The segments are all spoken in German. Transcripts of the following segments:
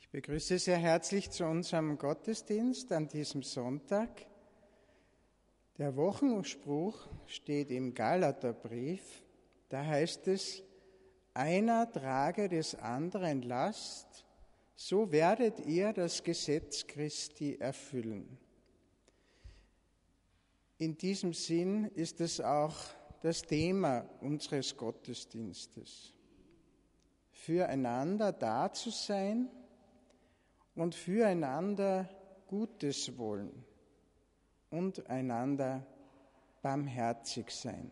Ich begrüße sehr herzlich zu unserem Gottesdienst an diesem Sonntag. Der Wochenspruch steht im Galaterbrief. Da heißt es: Einer trage des anderen Last, so werdet ihr das Gesetz Christi erfüllen. In diesem Sinn ist es auch das Thema unseres Gottesdienstes. Füreinander da zu sein und füreinander Gutes wollen und einander barmherzig sein.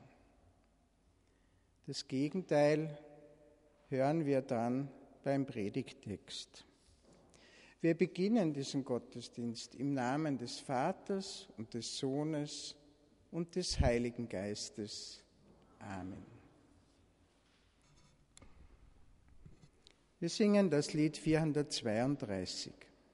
Das Gegenteil hören wir dann beim Predigttext. Wir beginnen diesen Gottesdienst im Namen des Vaters und des Sohnes und des Heiligen Geistes. Amen. Wir singen das Lied 432.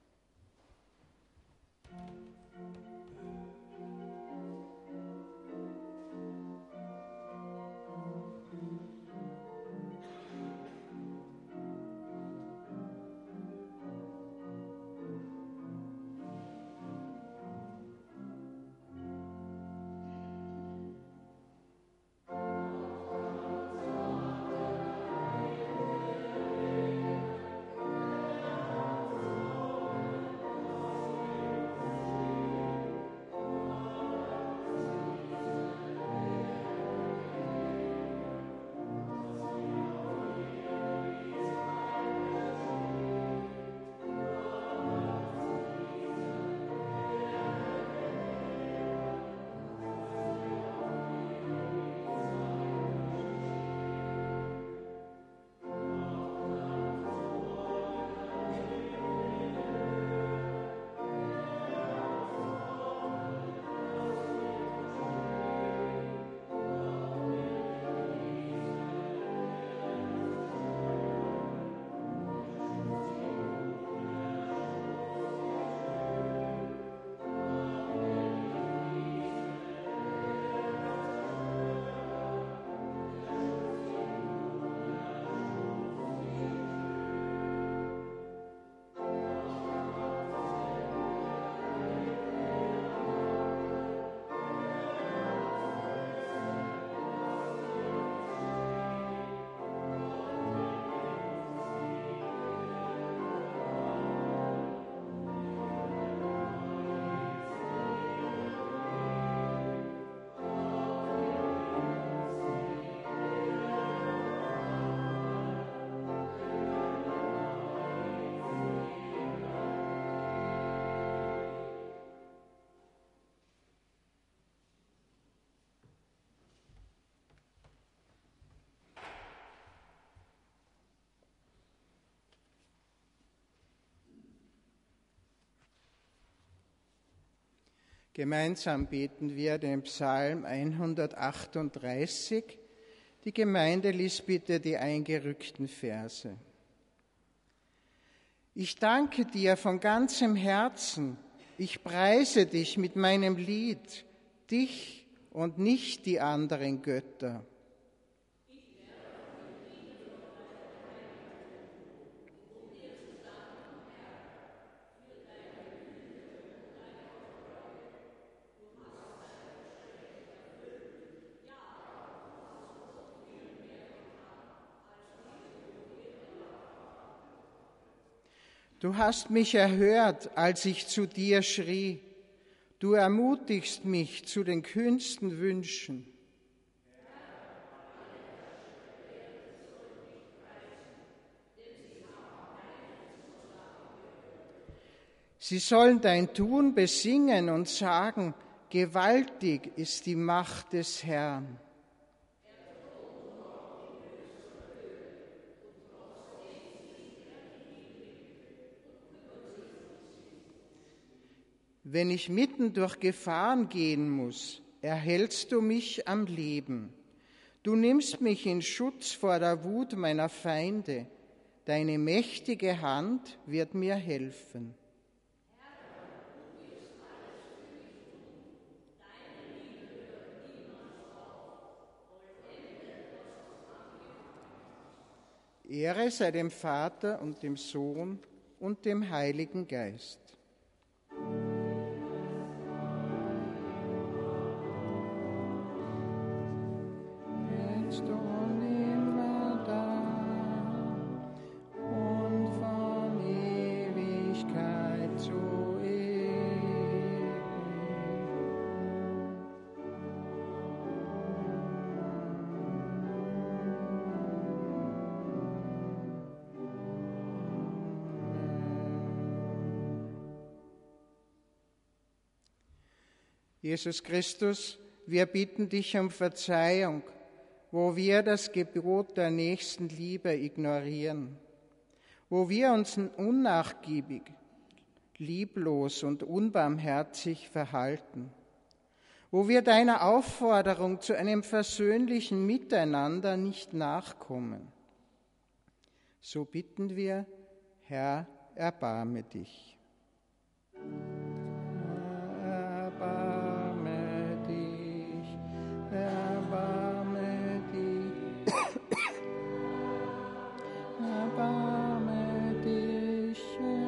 Gemeinsam beten wir den Psalm 138. Die Gemeinde liest bitte die eingerückten Verse. Ich danke dir von ganzem Herzen, ich preise dich mit meinem Lied, dich und nicht die anderen Götter. Du hast mich erhört, als ich zu dir schrie. Du ermutigst mich zu den kühnsten Wünschen. Sie sollen dein Tun besingen und sagen, gewaltig ist die Macht des Herrn. Wenn ich mitten durch Gefahren gehen muss, erhältst du mich am Leben. Du nimmst mich in Schutz vor der Wut meiner Feinde. Deine mächtige Hand wird mir helfen. Ehre sei dem Vater und dem Sohn und dem Heiligen Geist. Jetzt und immerdar und von Ewigkeit zu Ewigkeit. Jesus Christus, wir bitten dich um Verzeihung, wo wir das Gebot der Nächstenliebe ignorieren, wo wir uns unnachgiebig, lieblos und unbarmherzig verhalten, wo wir deiner Aufforderung zu einem versöhnlichen Miteinander nicht nachkommen. So bitten wir, Herr, erbarme dich. Erbarme dich, erbarme dich, erbarme dich,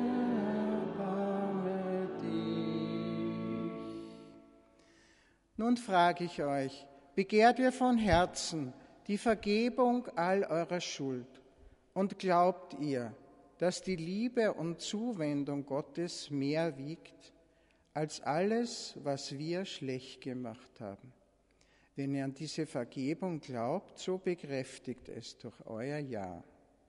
erbarme dich. Nun frage ich euch, begehrt ihr von Herzen die Vergebung all eurer Schuld und glaubt ihr, dass die Liebe und Zuwendung Gottes mehr wiegt als alles, was wir schlecht gemacht haben? Wenn ihr an diese Vergebung glaubt, so bekräftigt es durch euer Ja.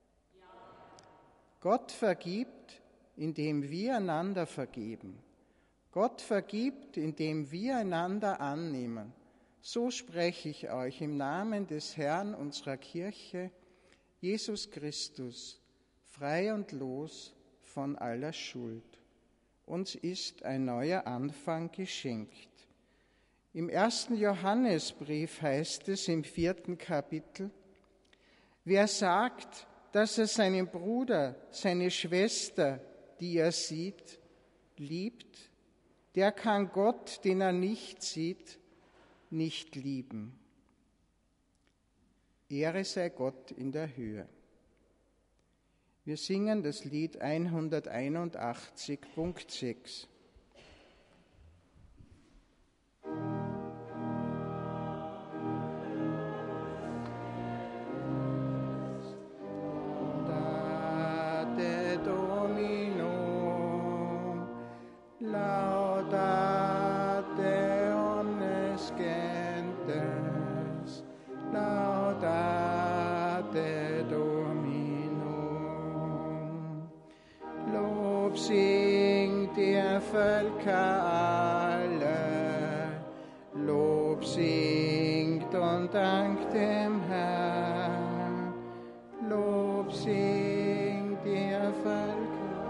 Gott vergibt, indem wir einander vergeben. Gott vergibt, indem wir einander annehmen. So spreche ich euch im Namen des Herrn unserer Kirche, Jesus Christus, frei und los von aller Schuld. Uns ist ein neuer Anfang geschenkt. Im 1. Johannesbrief heißt es im 4. Kapitel: Wer sagt, dass er seinen Bruder, seine Schwester, die er sieht, liebt, der kann Gott, den er nicht sieht, nicht lieben. Ehre sei Gott in der Höhe. Wir singen das Lied 181.6. Laudate Domino, laudate omnes gentes, laudate Domino. Lob singt ihr Völker alle, Lob singt und dankt dem Herrn, Lob singt ihr Völker.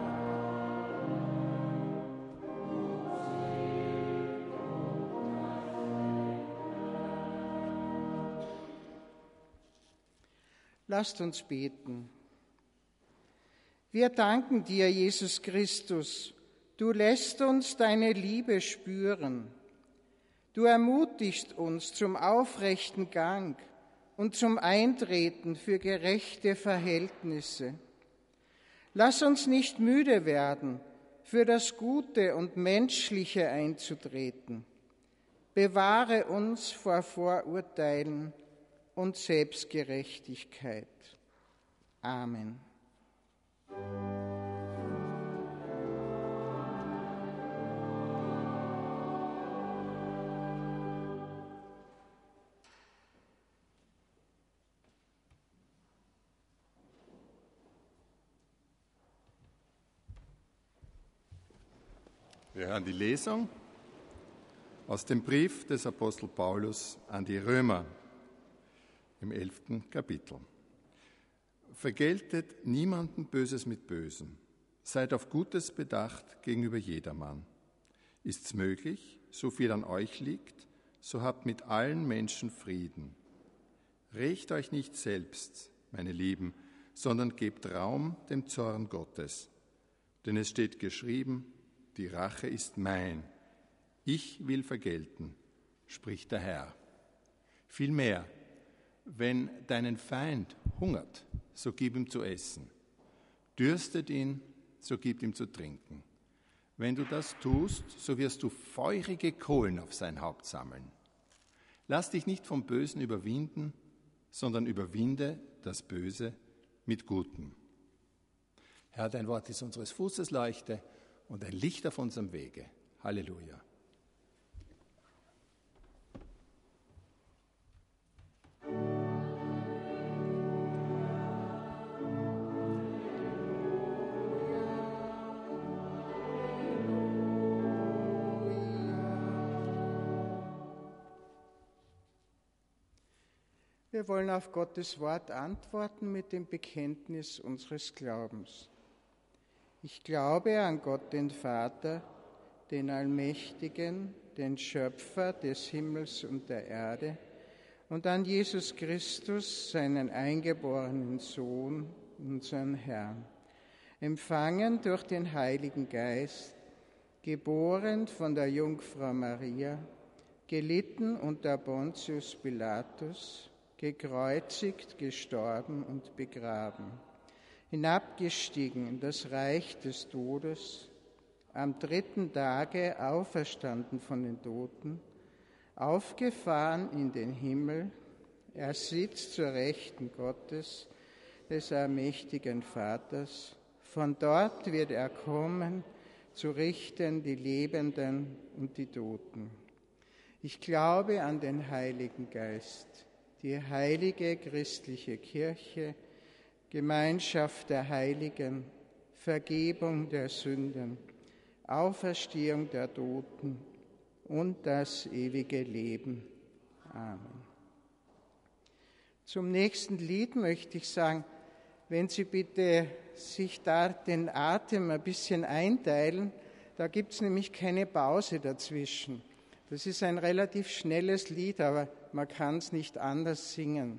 Lasst uns beten. Wir danken dir, Jesus Christus. Du lässt uns deine Liebe spüren. Du ermutigst uns zum aufrechten Gang und zum Eintreten für gerechte Verhältnisse. Lass uns nicht müde werden, für das Gute und Menschliche einzutreten. Bewahre uns vor Vorurteilen und Selbstgerechtigkeit. Amen. Wir hören die Lesung aus dem Brief des Apostel Paulus an die Römer im 11. Kapitel. Vergeltet niemandem Böses mit Bösem. Seid auf Gutes bedacht gegenüber jedermann. Ist's möglich, so viel an euch liegt, so habt mit allen Menschen Frieden. Rächt euch nicht selbst, meine Lieben, sondern gebt Raum dem Zorn Gottes. Denn es steht geschrieben, die Rache ist mein. Ich will vergelten, spricht der Herr. Vielmehr, wenn deinen Feind hungert, so gib ihm zu essen. Dürstet ihn, so gib ihm zu trinken. Wenn du das tust, so wirst du feurige Kohlen auf sein Haupt sammeln. Lass dich nicht vom Bösen überwinden, sondern überwinde das Böse mit Gutem. Herr, dein Wort ist unseres Fußes Leuchte und ein Licht auf unserem Wege. Halleluja. Wir wollen auf Gottes Wort antworten mit dem Bekenntnis unseres Glaubens. Ich glaube an Gott, den Vater, den Allmächtigen, den Schöpfer des Himmels und der Erde, und an Jesus Christus, seinen eingeborenen Sohn, unseren Herrn, empfangen durch den Heiligen Geist, geboren von der Jungfrau Maria, gelitten unter Pontius Pilatus, gekreuzigt, gestorben und begraben, hinabgestiegen in das Reich des Todes, am 3. Tage auferstanden von den Toten, aufgefahren in den Himmel, er sitzt zur Rechten Gottes, des allmächtigen Vaters, von dort wird er kommen, zu richten die Lebenden und die Toten. Ich glaube an den Heiligen Geist, die heilige christliche Kirche, Gemeinschaft der Heiligen, Vergebung der Sünden, Auferstehung der Toten und das ewige Leben. Amen. Zum nächsten Lied möchte ich sagen, wenn Sie bitte sich da den Atem ein bisschen einteilen, da gibt es nämlich keine Pause dazwischen. Das ist ein relativ schnelles Lied, aber man kann es nicht anders singen.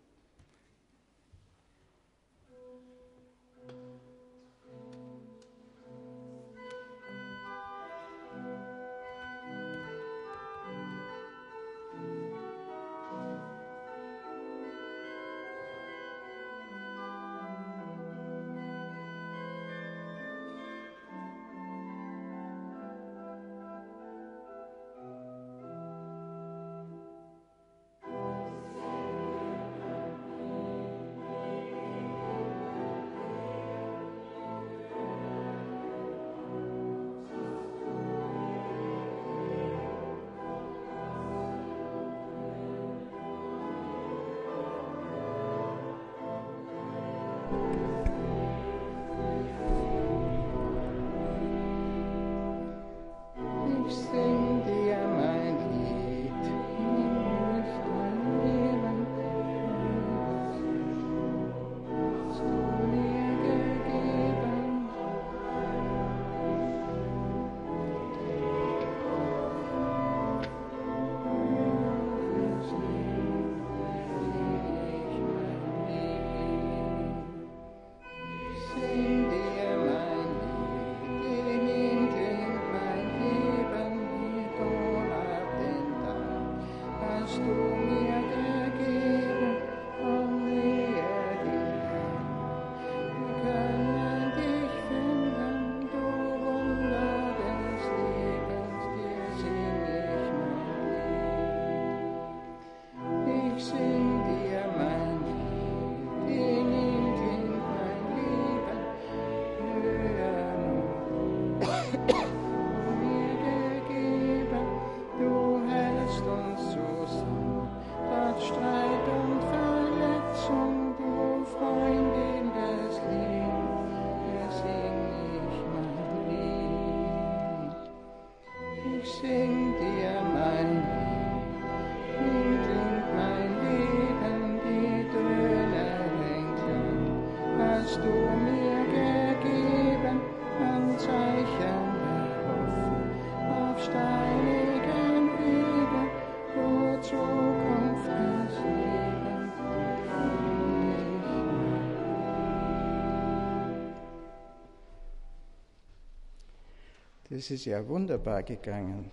Das ist ja wunderbar gegangen.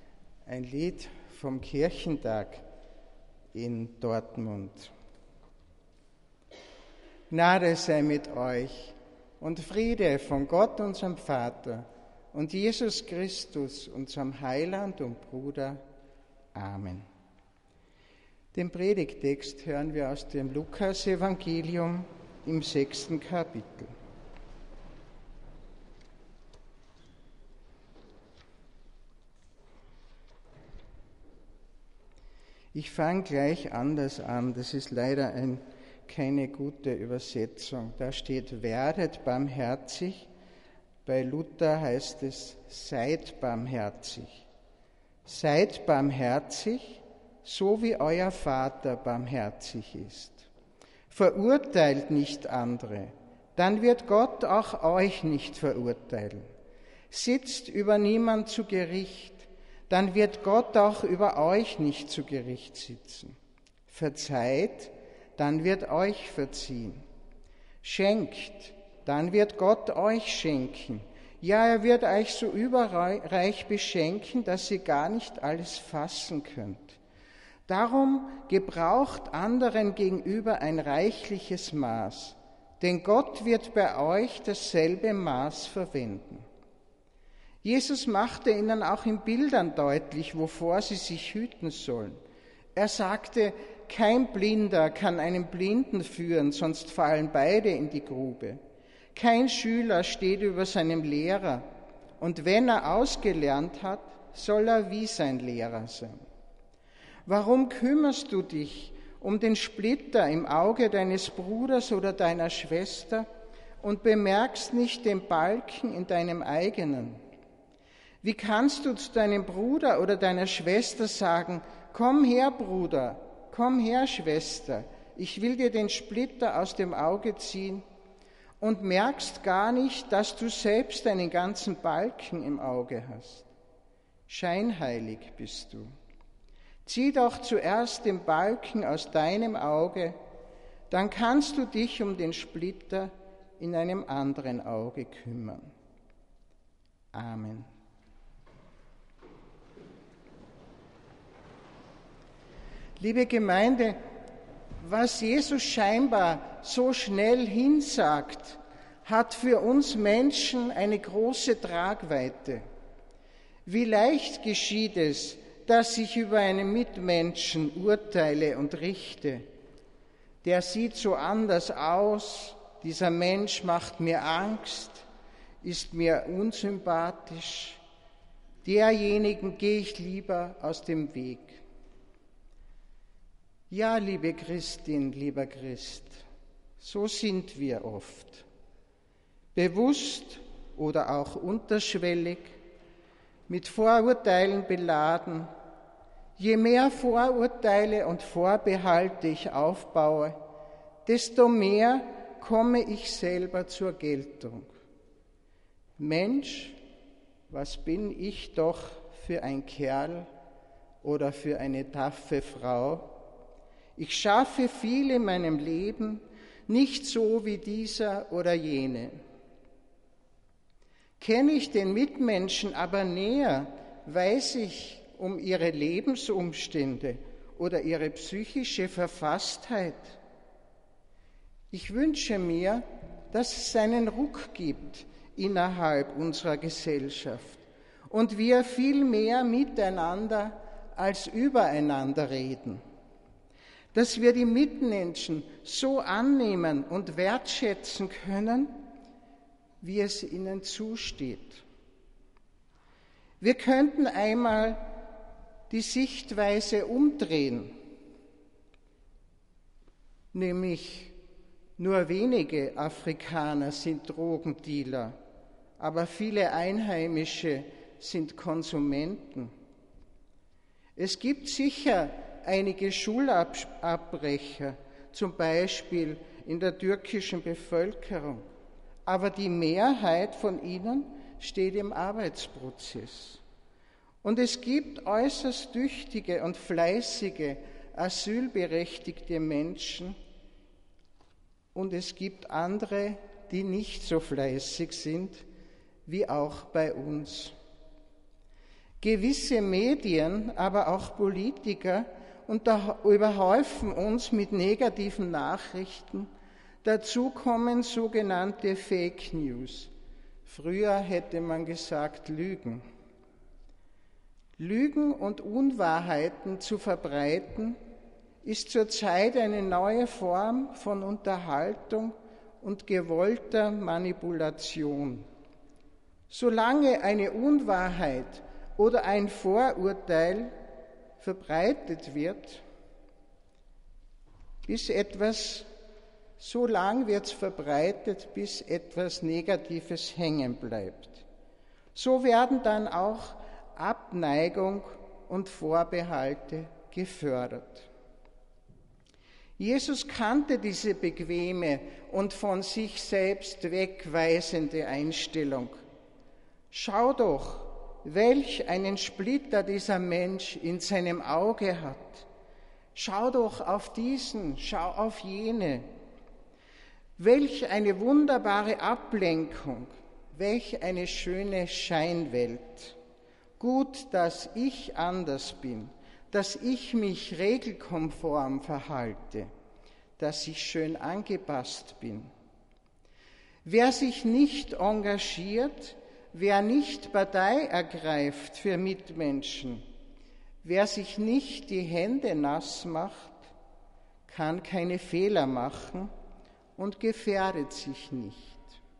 Ein Lied vom Kirchentag in Dortmund. Gnade sei mit euch und Friede von Gott, unserem Vater, und Jesus Christus, unserem Heiland und Bruder. Amen. Den Predigttext hören wir aus dem Lukas-Evangelium im 6. Kapitel. Ich fange gleich anders an, das ist leider keine gute Übersetzung. Da steht, werdet barmherzig, bei Luther heißt es, seid barmherzig. Seid barmherzig, so wie euer Vater barmherzig ist. Verurteilt nicht andere, dann wird Gott auch euch nicht verurteilen. Sitzt über niemand zu Gericht, dann wird Gott auch über euch nicht zu Gericht sitzen. Verzeiht, dann wird euch verziehen. Schenkt, dann wird Gott euch schenken. Ja, er wird euch so überreich beschenken, dass ihr gar nicht alles fassen könnt. Darum gebraucht anderen gegenüber ein reichliches Maß, denn Gott wird bei euch dasselbe Maß verwenden. Jesus machte ihnen auch in Bildern deutlich, wovor sie sich hüten sollen. Er sagte, kein Blinder kann einen Blinden führen, sonst fallen beide in die Grube. Kein Schüler steht über seinem Lehrer, und wenn er ausgelernt hat, soll er wie sein Lehrer sein. Warum kümmerst du dich um den Splitter im Auge deines Bruders oder deiner Schwester und bemerkst nicht den Balken in deinem eigenen? Wie kannst du zu deinem Bruder oder deiner Schwester sagen, komm her, Bruder, komm her, Schwester, ich will dir den Splitter aus dem Auge ziehen, und merkst gar nicht, dass du selbst einen ganzen Balken im Auge hast? Scheinheilig bist du. Zieh doch zuerst den Balken aus deinem Auge, dann kannst du dich um den Splitter in einem anderen Auge kümmern. Amen. Liebe Gemeinde, was Jesus scheinbar so schnell hinsagt, hat für uns Menschen eine große Tragweite. Wie leicht geschieht es, dass ich über einen Mitmenschen urteile und richte. Der sieht so anders aus, dieser Mensch macht mir Angst, ist mir unsympathisch, derjenigen gehe ich lieber aus dem Weg. Ja, liebe Christin, lieber Christ, so sind wir oft. Bewusst oder auch unterschwellig, mit Vorurteilen beladen. Je mehr Vorurteile und Vorbehalte ich aufbaue, desto mehr komme ich selber zur Geltung. Mensch, was bin ich doch für ein Kerl oder für eine taffe Frau? Ich schaffe viel in meinem Leben, nicht so wie dieser oder jene. Kenne ich den Mitmenschen aber näher, weiß ich um ihre Lebensumstände oder ihre psychische Verfasstheit. Ich wünsche mir, dass es einen Ruck gibt innerhalb unserer Gesellschaft und wir viel mehr miteinander als übereinander reden. Dass wir die Mitmenschen so annehmen und wertschätzen können, wie es ihnen zusteht. Wir könnten einmal die Sichtweise umdrehen, nämlich nur wenige Afrikaner sind Drogendealer, aber viele Einheimische sind Konsumenten. Es gibt sicher einige Schulabbrecher, zum Beispiel in der türkischen Bevölkerung, aber die Mehrheit von ihnen steht im Arbeitsprozess. Und es gibt äußerst tüchtige und fleißige asylberechtigte Menschen und es gibt andere, die nicht so fleißig sind, wie auch bei uns. Gewisse Medien, aber auch Politiker überhäufen uns mit negativen Nachrichten, Dazu kommen sogenannte Fake News. Früher hätte man gesagt Lügen. Lügen und Unwahrheiten zu verbreiten, ist zurzeit eine neue Form von Unterhaltung und gewollter Manipulation. Solange eine Unwahrheit oder ein Vorurteil verbreitet wird, so lang wird es verbreitet, bis etwas Negatives hängen bleibt. So werden dann auch Abneigung und Vorbehalte gefördert. Jesus kannte diese bequeme und von sich selbst wegweisende Einstellung. Schau doch, welch einen Splitter dieser Mensch in seinem Auge hat. Schau doch auf diesen, schau auf jene. Welch eine wunderbare Ablenkung, welch eine schöne Scheinwelt. Gut, dass ich anders bin, dass ich mich regelkonform verhalte, dass ich schön angepasst bin. Wer sich nicht engagiert, wer nicht Partei ergreift für Mitmenschen, wer sich nicht die Hände nass macht, kann keine Fehler machen und gefährdet sich nicht.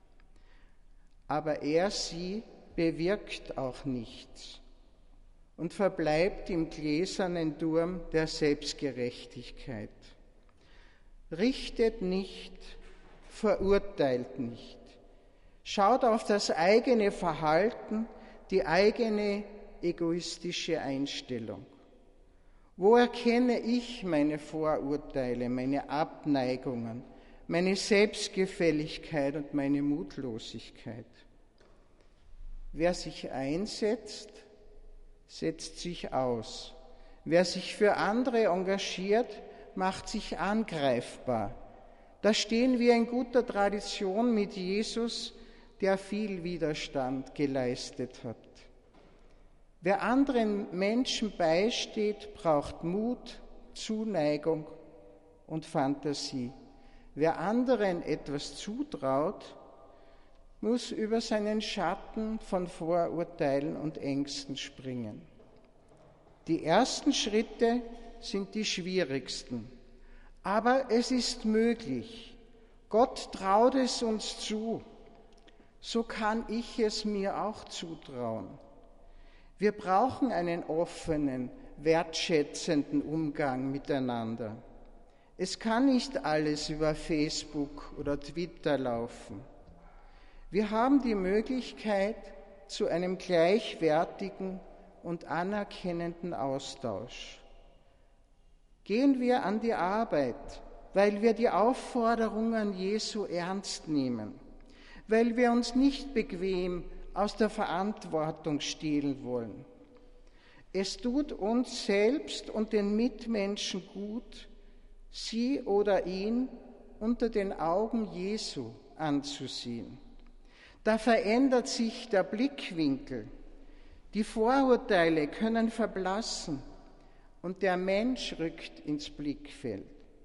Aber sie bewirkt auch nichts und verbleibt im gläsernen Turm der Selbstgerechtigkeit. Richtet nicht, verurteilt nicht. Schaut auf das eigene Verhalten, die eigene egoistische Einstellung. Wo erkenne ich meine Vorurteile, meine Abneigungen, meine Selbstgefälligkeit und meine Mutlosigkeit? Wer sich einsetzt, setzt sich aus. Wer sich für andere engagiert, macht sich angreifbar. Da stehen wir in guter Tradition mit Jesus, der viel Widerstand geleistet hat. Wer anderen Menschen beisteht, braucht Mut, Zuneigung und Fantasie. Wer anderen etwas zutraut, muss über seinen Schatten von Vorurteilen und Ängsten springen. Die ersten Schritte sind die schwierigsten, aber es ist möglich. Gott traut es uns zu. So kann ich es mir auch zutrauen. Wir brauchen einen offenen, wertschätzenden Umgang miteinander. Es kann nicht alles über Facebook oder Twitter laufen. Wir haben die Möglichkeit zu einem gleichwertigen und anerkennenden Austausch. Gehen wir an die Arbeit, weil wir die Aufforderungen Jesu ernst nehmen, weil wir uns nicht bequem aus der Verantwortung stehlen wollen. Es tut uns selbst und den Mitmenschen gut, sie oder ihn unter den Augen Jesu anzusehen. Da verändert sich der Blickwinkel. Die Vorurteile können verblassen und der Mensch rückt ins Blickfeld.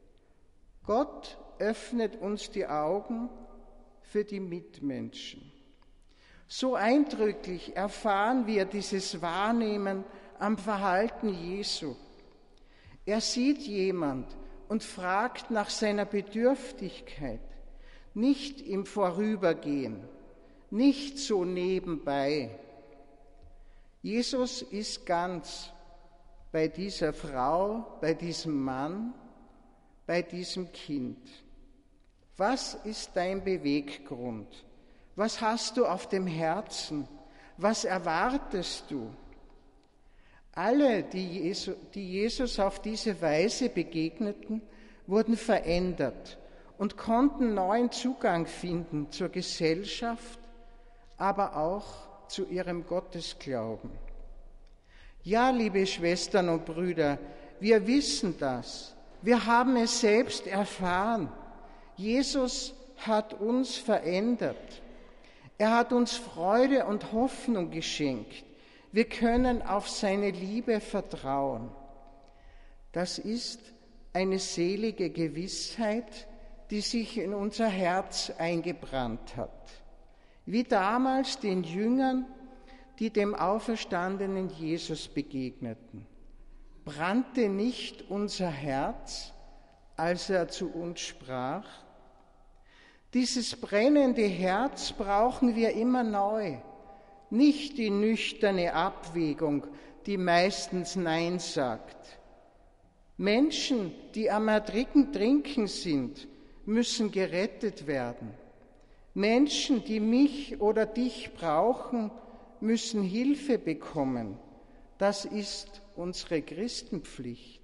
Gott öffnet uns die Augen für die Mitmenschen. So eindrücklich erfahren wir dieses Wahrnehmen am Verhalten Jesu. Er sieht jemand und fragt nach seiner Bedürftigkeit, nicht im Vorübergehen, nicht so nebenbei. Jesus ist ganz bei dieser Frau, bei diesem Mann, bei diesem Kind. Was ist dein Beweggrund? Was hast du auf dem Herzen? Was erwartest du? Alle, die Jesus auf diese Weise begegneten, wurden verändert und konnten neuen Zugang finden zur Gesellschaft, aber auch zu ihrem Gottesglauben. Ja, liebe Schwestern und Brüder, wir wissen das. Wir haben es selbst erfahren. Jesus hat uns verändert. Er hat uns Freude und Hoffnung geschenkt. Wir können auf seine Liebe vertrauen. Das ist eine selige Gewissheit, die sich in unser Herz eingebrannt hat. Wie damals den Jüngern, die dem auferstandenen Jesus begegneten. Brannte nicht unser Herz, als er zu uns sprach? Dieses brennende Herz brauchen wir immer neu, nicht die nüchterne Abwägung, die meistens Nein sagt. Menschen, die am Trinken sind, müssen gerettet werden. Menschen, die mich oder dich brauchen, müssen Hilfe bekommen. Das ist unsere Christenpflicht.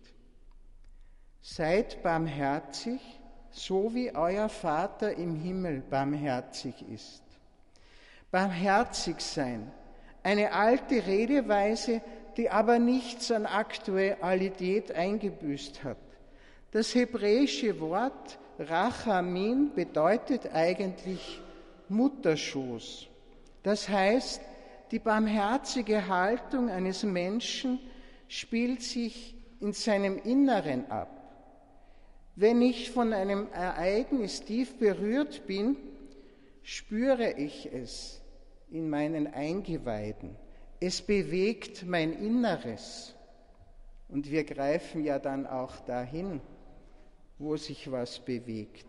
Seid barmherzig, so wie euer Vater im Himmel barmherzig ist. Barmherzig sein, eine alte Redeweise, die aber nichts an Aktualität eingebüßt hat. Das hebräische Wort Rachamin bedeutet eigentlich Mutterschoß. Das heißt, die barmherzige Haltung eines Menschen spielt sich in seinem Inneren ab. Wenn ich von einem Ereignis tief berührt bin, spüre ich es in meinen Eingeweiden. Es bewegt mein Inneres. Und wir greifen ja dann auch dahin, wo sich was bewegt.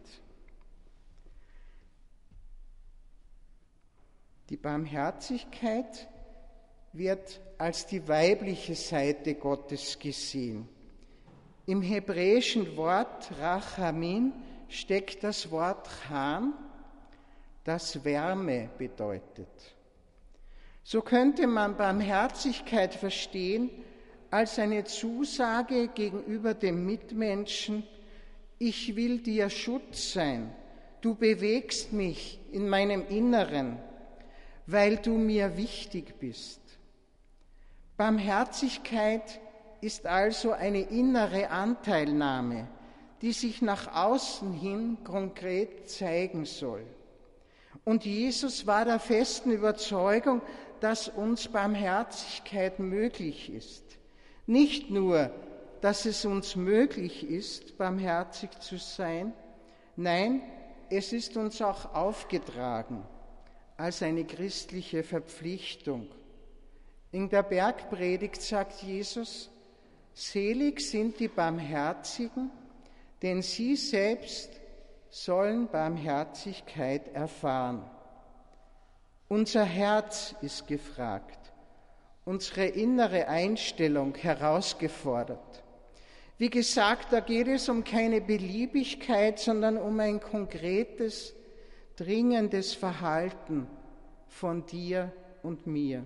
Die Barmherzigkeit wird als die weibliche Seite Gottes gesehen. Im hebräischen Wort Rachamin steckt das Wort Chan, das Wärme bedeutet. So könnte man Barmherzigkeit verstehen als eine Zusage gegenüber dem Mitmenschen: Ich will dir Schutz sein, du bewegst mich in meinem Inneren, weil du mir wichtig bist. Barmherzigkeit ist also eine innere Anteilnahme, die sich nach außen hin konkret zeigen soll. Und Jesus war der festen Überzeugung, dass uns Barmherzigkeit möglich ist. Nicht nur, dass es uns möglich ist, barmherzig zu sein, nein, es ist uns auch aufgetragen als eine christliche Verpflichtung. In der Bergpredigt sagt Jesus: Selig sind die Barmherzigen, denn sie selbst sollen Barmherzigkeit erfahren. Unser Herz ist gefragt, unsere innere Einstellung herausgefordert. Wie gesagt, da geht es um keine Beliebigkeit, sondern um ein konkretes, dringendes Verhalten von dir und mir.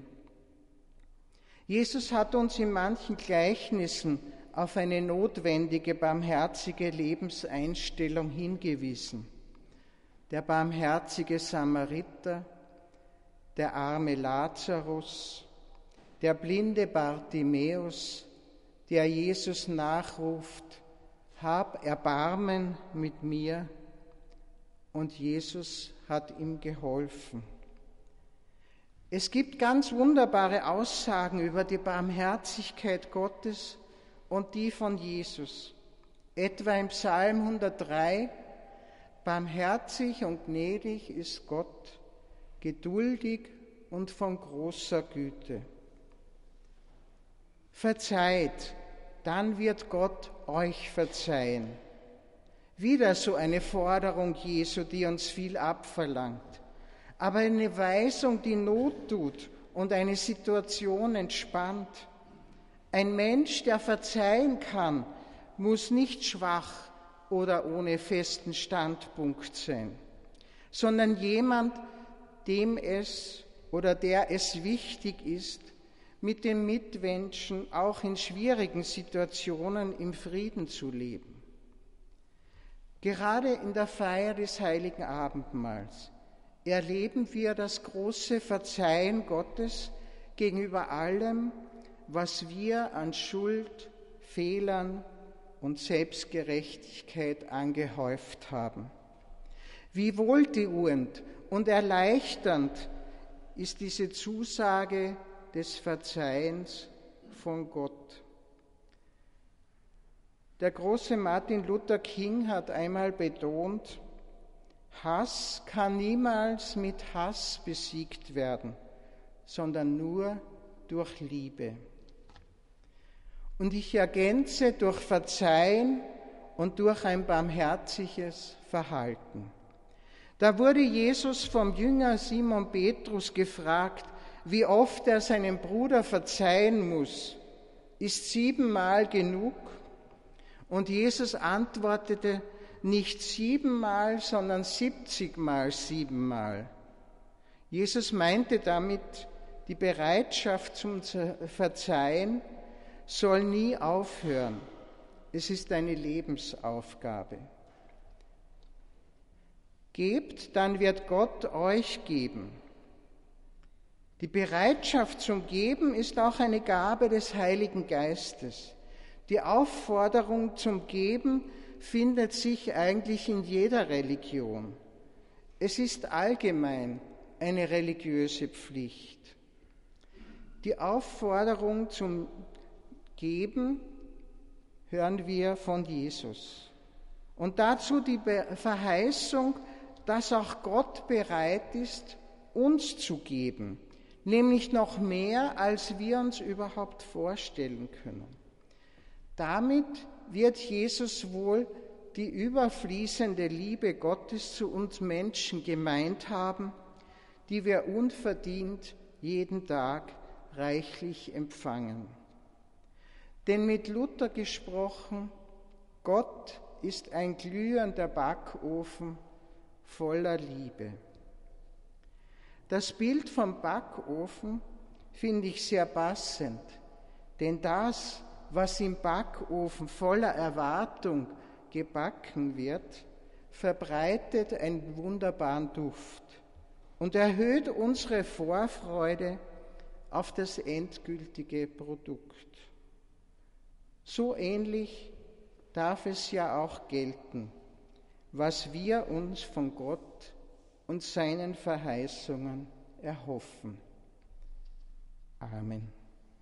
Jesus hat uns in manchen Gleichnissen auf eine notwendige, barmherzige Lebenseinstellung hingewiesen. Der barmherzige Samariter, der arme Lazarus, der blinde Bartimäus, der Jesus nachruft: Hab Erbarmen mit mir. Und Jesus hat ihm geholfen. Es gibt ganz wunderbare Aussagen über die Barmherzigkeit Gottes und die von Jesus. Etwa im Psalm 103: Barmherzig und gnädig ist Gott, geduldig und von großer Güte. Verzeiht, dann wird Gott euch verzeihen. Wieder so eine Forderung Jesu, die uns viel abverlangt. Aber eine Weisung, die Not tut und eine Situation entspannt. Ein Mensch, der verzeihen kann, muss nicht schwach oder ohne festen Standpunkt sein, sondern jemand, dem es oder der es wichtig ist, mit den Mitmenschen auch in schwierigen Situationen im Frieden zu leben. Gerade in der Feier des Heiligen Abendmahls erleben wir das große Verzeihen Gottes gegenüber allem, was wir an Schuld, Fehlern und Selbstgerechtigkeit angehäuft haben. Wie wohltuend und erleichternd ist diese Zusage des Verzeihens von Gott. Der große Martin Luther King hat einmal betont, Hass kann niemals mit Hass besiegt werden, sondern nur durch Liebe. Und ich ergänze durch Verzeihen und durch ein barmherziges Verhalten. Da wurde Jesus vom Jünger Simon Petrus gefragt, wie oft er seinem Bruder verzeihen muss. Ist 7-mal genug? Und Jesus antwortete, nicht 7-mal, sondern 70-mal 7-mal. Jesus meinte damit, die Bereitschaft zum Verzeihen soll nie aufhören. Es ist eine Lebensaufgabe. Gebt, dann wird Gott euch geben. Die Bereitschaft zum Geben ist auch eine Gabe des Heiligen Geistes. Die Aufforderung zum Geben findet sich eigentlich in jeder Religion. Es ist allgemein eine religiöse Pflicht. Die Aufforderung zum Geben hören wir von Jesus. Und dazu die Verheißung, dass auch Gott bereit ist, uns zu geben, nämlich noch mehr, als wir uns überhaupt vorstellen können. Damit wird Jesus wohl die überfließende Liebe Gottes zu uns Menschen gemeint haben, die wir unverdient jeden Tag reichlich empfangen. Denn mit Luther gesprochen, Gott ist ein glühender Backofen voller Liebe. Das Bild vom Backofen finde ich sehr passend, denn das, was im Backofen voller Erwartung gebacken wird, verbreitet einen wunderbaren Duft und erhöht unsere Vorfreude auf das endgültige Produkt. So ähnlich darf es ja auch gelten, was wir uns von Gott und seinen Verheißungen erhoffen. Amen.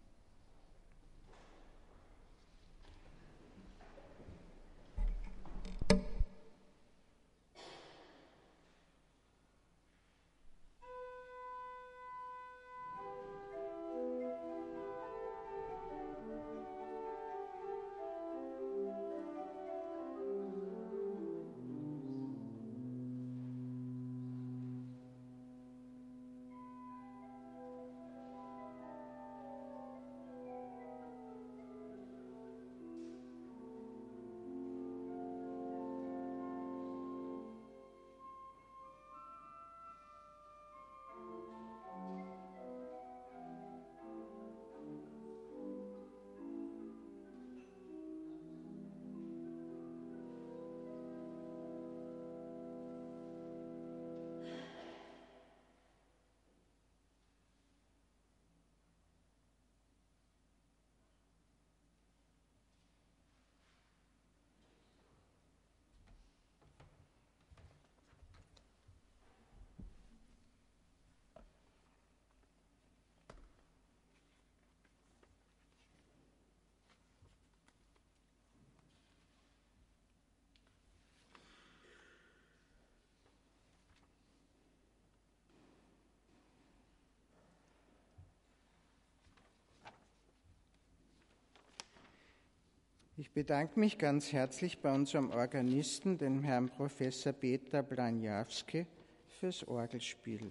Ich bedanke mich ganz herzlich bei unserem Organisten, dem Herrn Professor Peter Blaniawski, fürs Orgelspiel.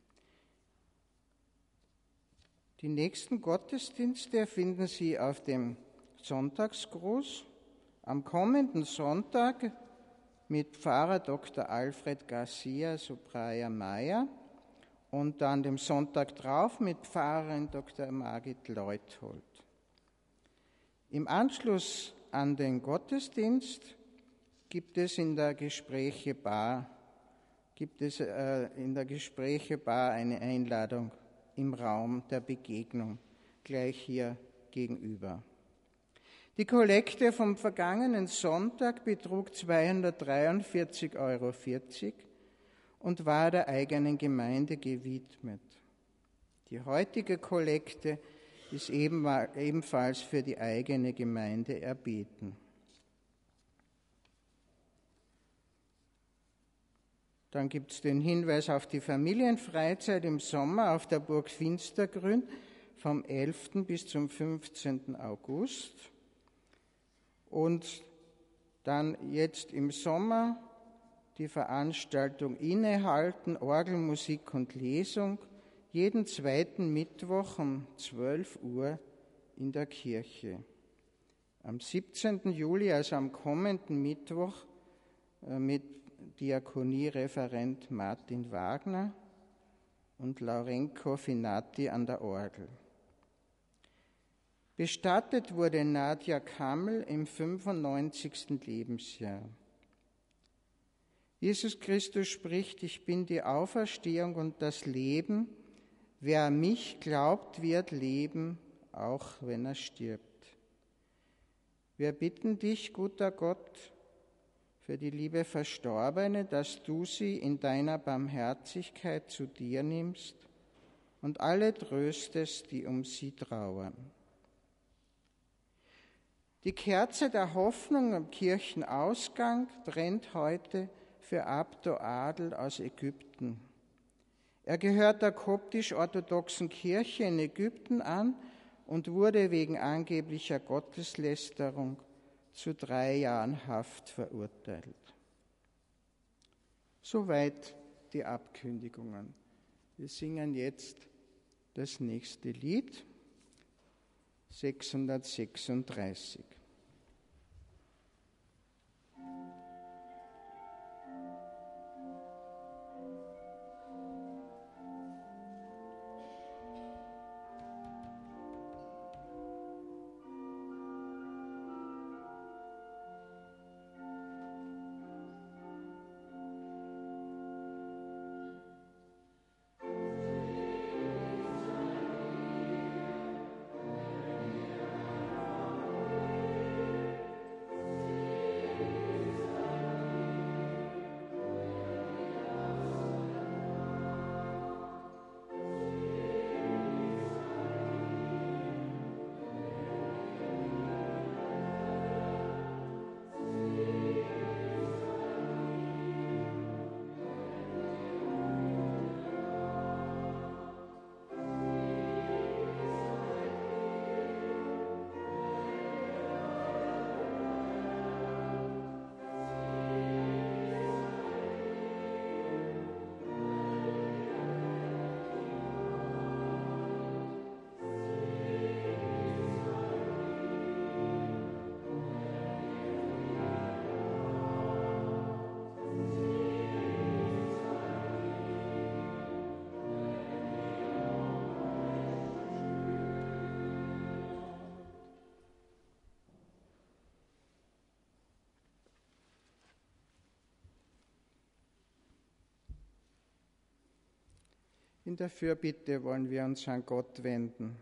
Die nächsten Gottesdienste finden Sie auf dem Sonntagsgruß am kommenden Sonntag mit Pfarrer Dr. Alfred Garcia Subraya Meyer und dann dem Sonntag drauf mit Pfarrerin Dr. Margit Leuthold. Im Anschluss an den Gottesdienst gibt es in der Gesprächebar eine Einladung im Raum der Begegnung, gleich hier gegenüber. Die Kollekte vom vergangenen Sonntag betrug 243,40 € und war der eigenen Gemeinde gewidmet. Die heutige Kollekte ist ebenfalls für die eigene Gemeinde erbeten. Dann gibt es den Hinweis auf die Familienfreizeit im Sommer auf der Burg Finstergrün vom 11. bis zum 15. August. Und dann jetzt im Sommer die Veranstaltung Innehalten, Orgelmusik und Lesung, jeden zweiten Mittwoch um 12 Uhr in der Kirche. Am 17. Juli, also am kommenden Mittwoch, mit Diakoniereferent Martin Wagner und Laurenko Finati an der Orgel. Bestattet wurde Nadja Kammel im 95. Lebensjahr. Jesus Christus spricht: Ich bin die Auferstehung und das Leben. Wer an mich glaubt, wird leben, auch wenn er stirbt. Wir bitten dich, guter Gott, für die liebe Verstorbene, dass du sie in deiner Barmherzigkeit zu dir nimmst und alle tröstest, die um sie trauern. Die Kerze der Hoffnung am Kirchenausgang brennt heute für Abdo Adel aus Ägypten. Er gehört der koptisch-orthodoxen Kirche in Ägypten an und wurde wegen angeblicher Gotteslästerung zu 3 Jahren Haft verurteilt. Soweit die Abkündigungen. Wir singen jetzt das nächste Lied, 636. In der Fürbitte wollen wir uns an Gott wenden.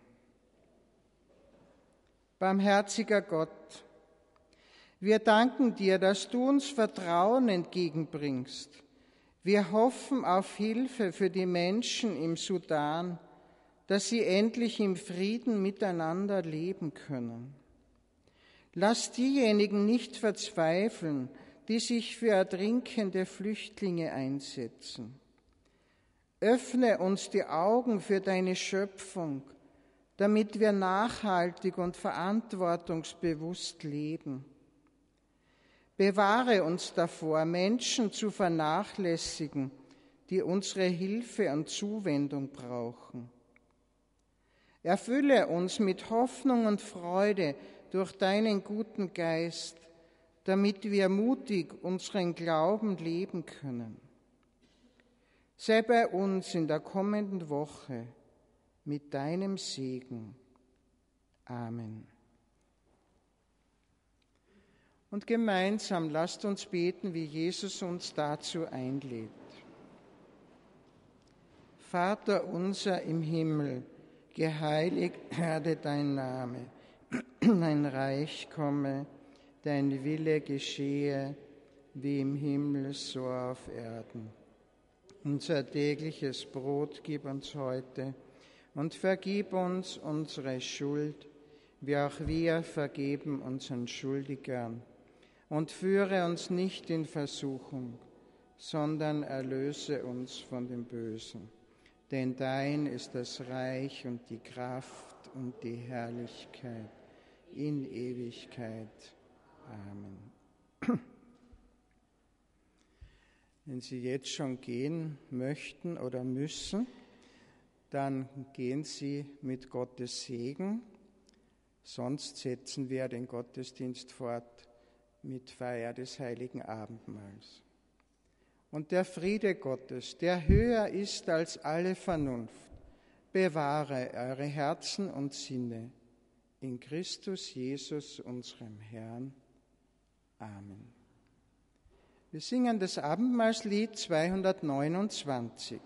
Barmherziger Gott, wir danken dir, dass du uns Vertrauen entgegenbringst. Wir hoffen auf Hilfe für die Menschen im Sudan, dass sie endlich im Frieden miteinander leben können. Lass diejenigen nicht verzweifeln, die sich für ertrinkende Flüchtlinge einsetzen. Öffne uns die Augen für deine Schöpfung, damit wir nachhaltig und verantwortungsbewusst leben. Bewahre uns davor, Menschen zu vernachlässigen, die unsere Hilfe und Zuwendung brauchen. Erfülle uns mit Hoffnung und Freude durch deinen guten Geist, damit wir mutig unseren Glauben leben können. Sei bei uns in der kommenden Woche mit deinem Segen. Amen. Und gemeinsam lasst uns beten, wie Jesus uns dazu einlädt. Vater unser im Himmel, geheiligt werde dein Name, dein Reich komme, dein Wille geschehe, wie im Himmel so auf Erden. Unser tägliches Brot gib uns heute und vergib uns unsere Schuld, wie auch wir vergeben unseren Schuldigern. Und führe uns nicht in Versuchung, sondern erlöse uns von dem Bösen. Denn dein ist das Reich und die Kraft und die Herrlichkeit in Ewigkeit. Amen. Wenn Sie jetzt schon gehen möchten oder müssen, dann gehen Sie mit Gottes Segen. Sonst setzen wir den Gottesdienst fort mit Feier des Heiligen Abendmahls. Und der Friede Gottes, der höher ist als alle Vernunft, bewahre eure Herzen und Sinne in Christus Jesus, unserem Herrn. Amen. Wir singen das Abendmahlslied 229.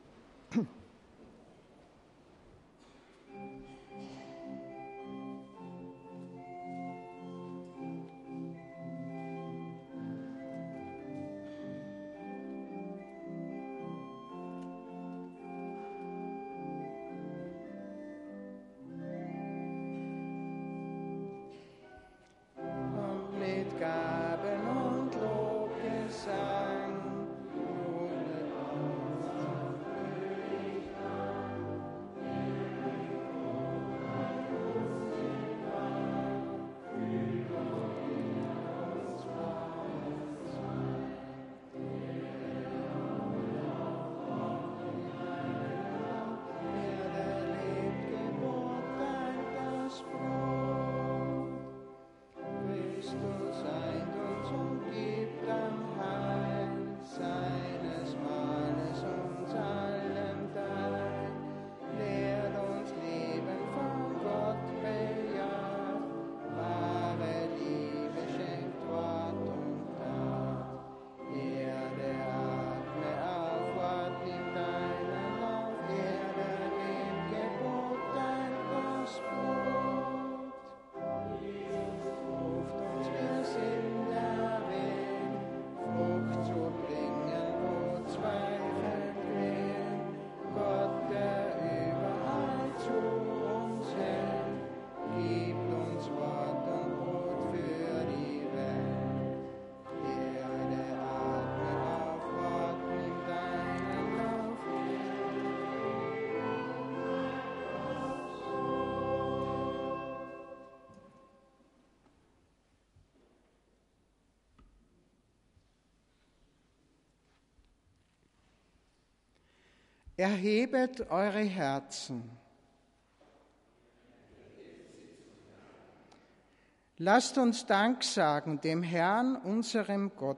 Erhebet eure Herzen. Lasst uns Dank sagen dem Herrn, unserem Gott.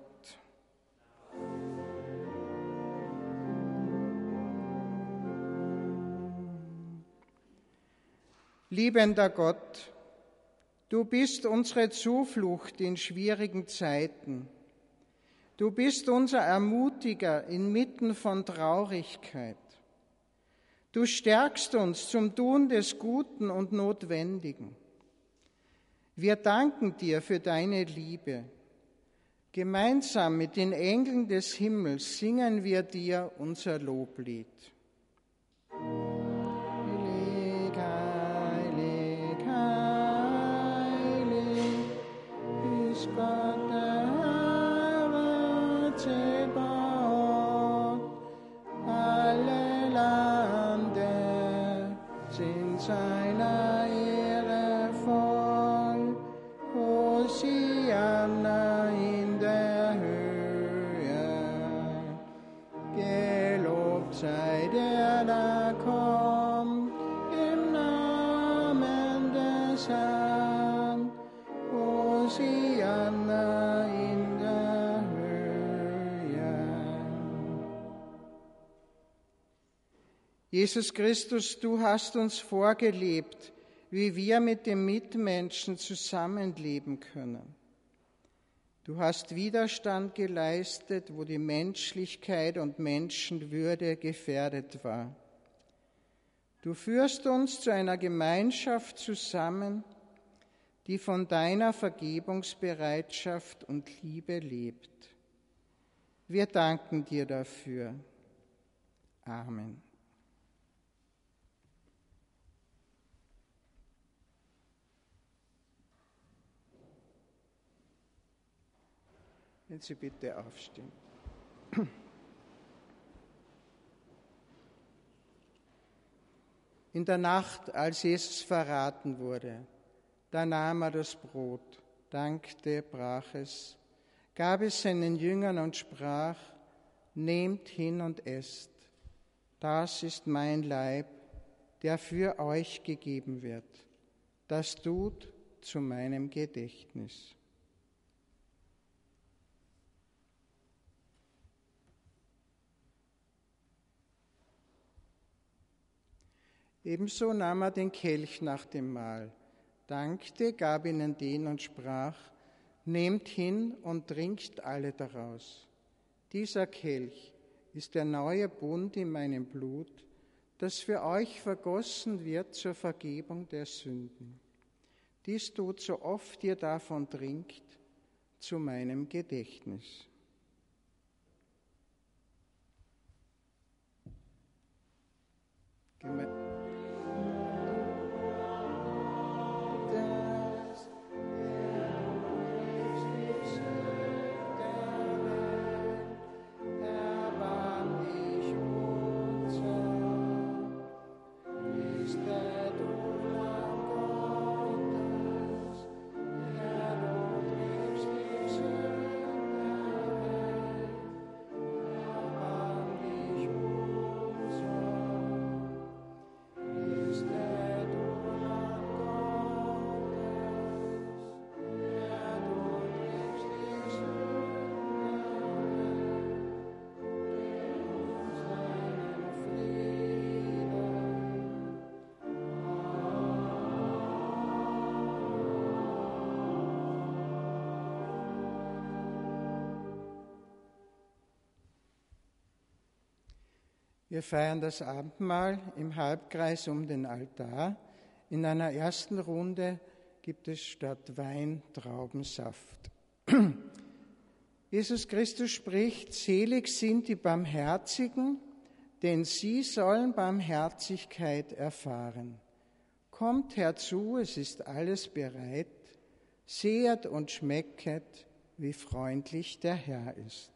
Liebender Gott, du bist unsere Zuflucht in schwierigen Zeiten. Du bist unser Ermutiger inmitten von Traurigkeit. Du stärkst uns zum Tun des Guten und Notwendigen. Wir danken dir für deine Liebe. Gemeinsam mit den Engeln des Himmels singen wir dir unser Loblied. Heilig, heilig, heilig ist Gott der Herr Zebaoth. Alle Lande sind seiner Ehre voll. Hosianna in der Höhe. Gelobt sei der da kommt im Namen des Herrn. Hosianna in der Höhe. Jesus Christus, du hast uns vorgelebt, wie wir mit dem Mitmenschen zusammenleben können. Du hast Widerstand geleistet, wo die Menschlichkeit und Menschenwürde gefährdet war. Du führst uns zu einer Gemeinschaft zusammen, die von deiner Vergebungsbereitschaft und Liebe lebt. Wir danken dir dafür. Amen. Wenn Sie bitte aufstehen. In der Nacht, als Jesus verraten wurde, da nahm er das Brot, dankte, brach es, gab es seinen Jüngern und sprach: Nehmt hin und esst, das ist mein Leib, der für euch gegeben wird. Das tut zu meinem Gedächtnis. Ebenso nahm er den Kelch nach dem Mahl, dankte, gab ihnen den und sprach: Nehmt hin und trinkt alle daraus. Dieser Kelch ist der neue Bund in meinem Blut, das für euch vergossen wird zur Vergebung der Sünden. Dies tut, so oft ihr davon trinkt, zu meinem Gedächtnis. Wir feiern das Abendmahl im Halbkreis um den Altar. In einer ersten Runde gibt es statt Wein Traubensaft. Jesus Christus spricht: Selig sind die Barmherzigen, denn sie sollen Barmherzigkeit erfahren. Kommt herzu, es ist alles bereit, sehet und schmecket, wie freundlich der Herr ist.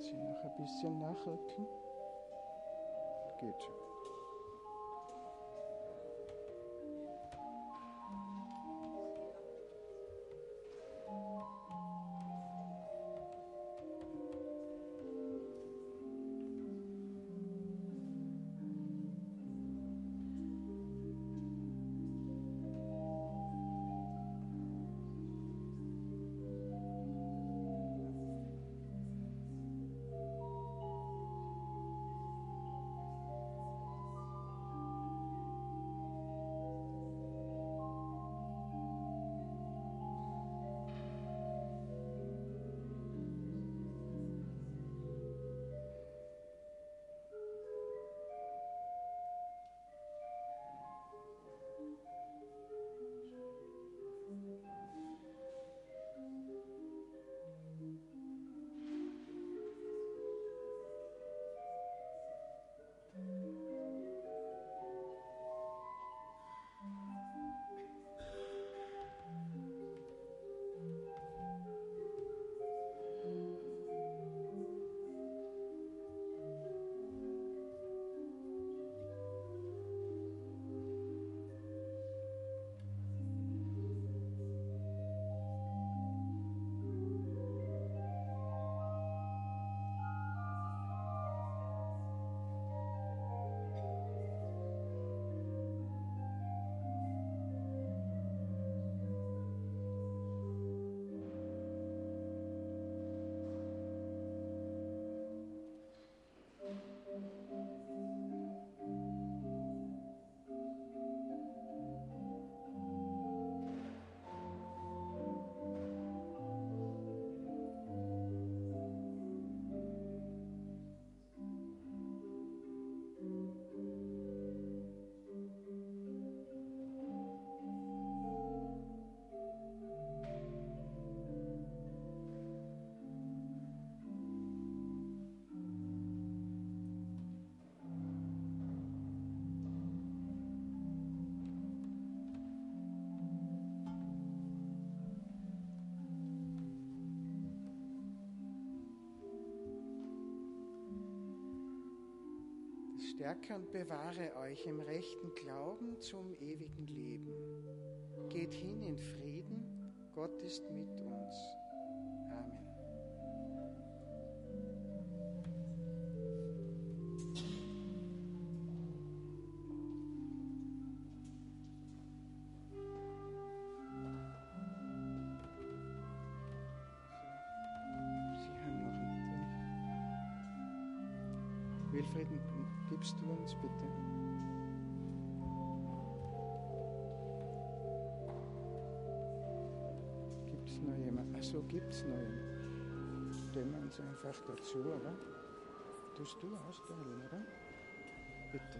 Sie noch ein bisschen nachrücken? Geht schon. Stärke und bewahre euch im rechten Glauben zum ewigen Leben. Geht hin in Frieden, Gott ist mit uns. Amen. Sie haben noch einen. Wilfried, gibst du uns bitte? Gibt es noch jemanden? Achso, gibt es noch jemanden? Stellen wir uns einfach dazu, oder? Tust du ausstellen, oder? Bitte.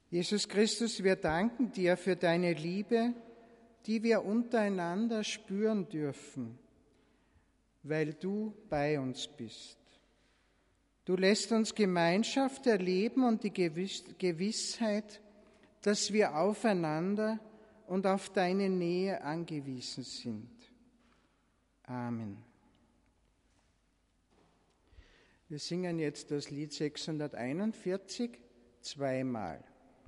Jesus Christus, wir danken dir für deine Liebe, die wir untereinander spüren dürfen, weil du bei uns bist. Du lässt uns Gemeinschaft erleben und die Gewissheit, dass wir aufeinander und auf deine Nähe angewiesen sind. Amen. Wir singen jetzt das Lied 641 zweimal.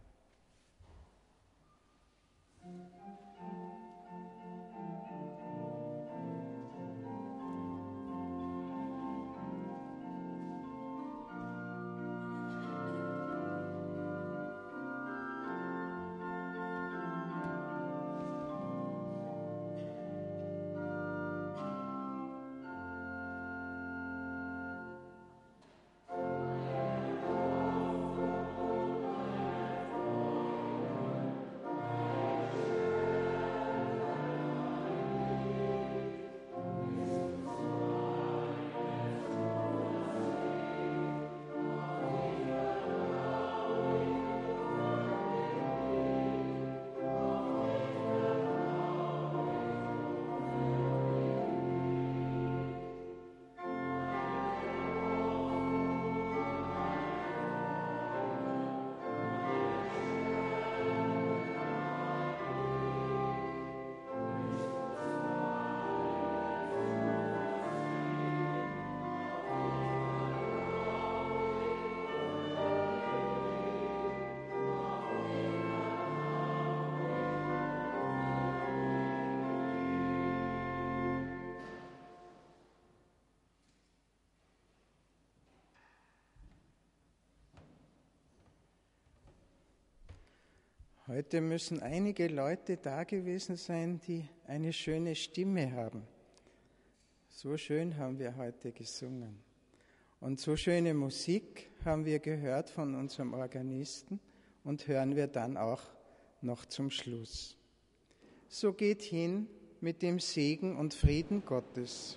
Heute müssen einige Leute da gewesen sein, die eine schöne Stimme haben. So schön haben wir heute gesungen. Und so schöne Musik haben wir gehört von unserem Organisten und hören wir dann auch noch zum Schluss. So geht hin mit dem Segen und Frieden Gottes.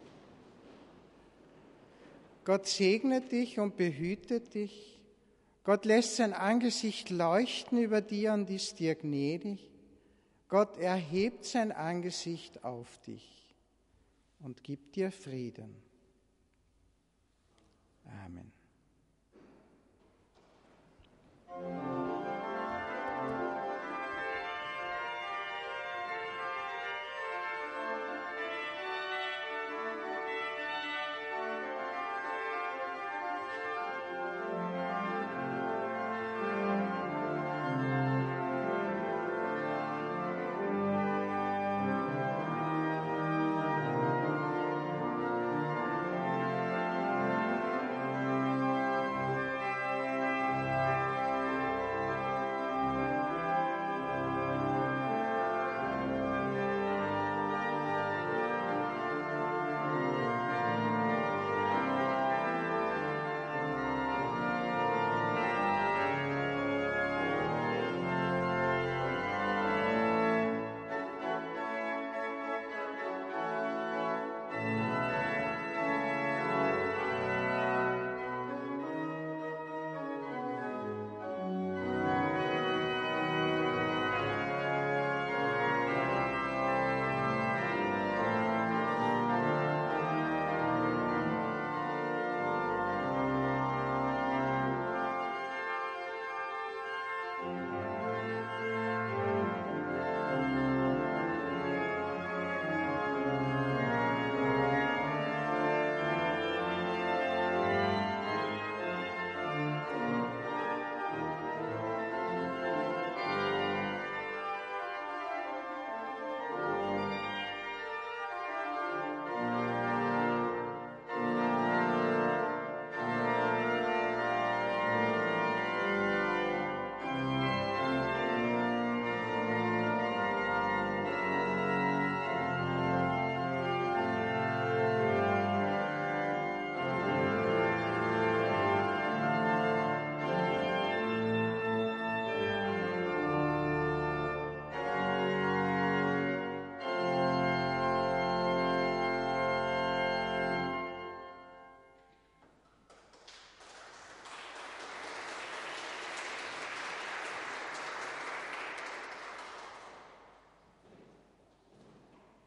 Gott segne dich und behüte dich. Gott lässt sein Angesicht leuchten über dir und ist dir gnädig. Gott erhebt sein Angesicht auf dich und gibt dir Frieden. Amen.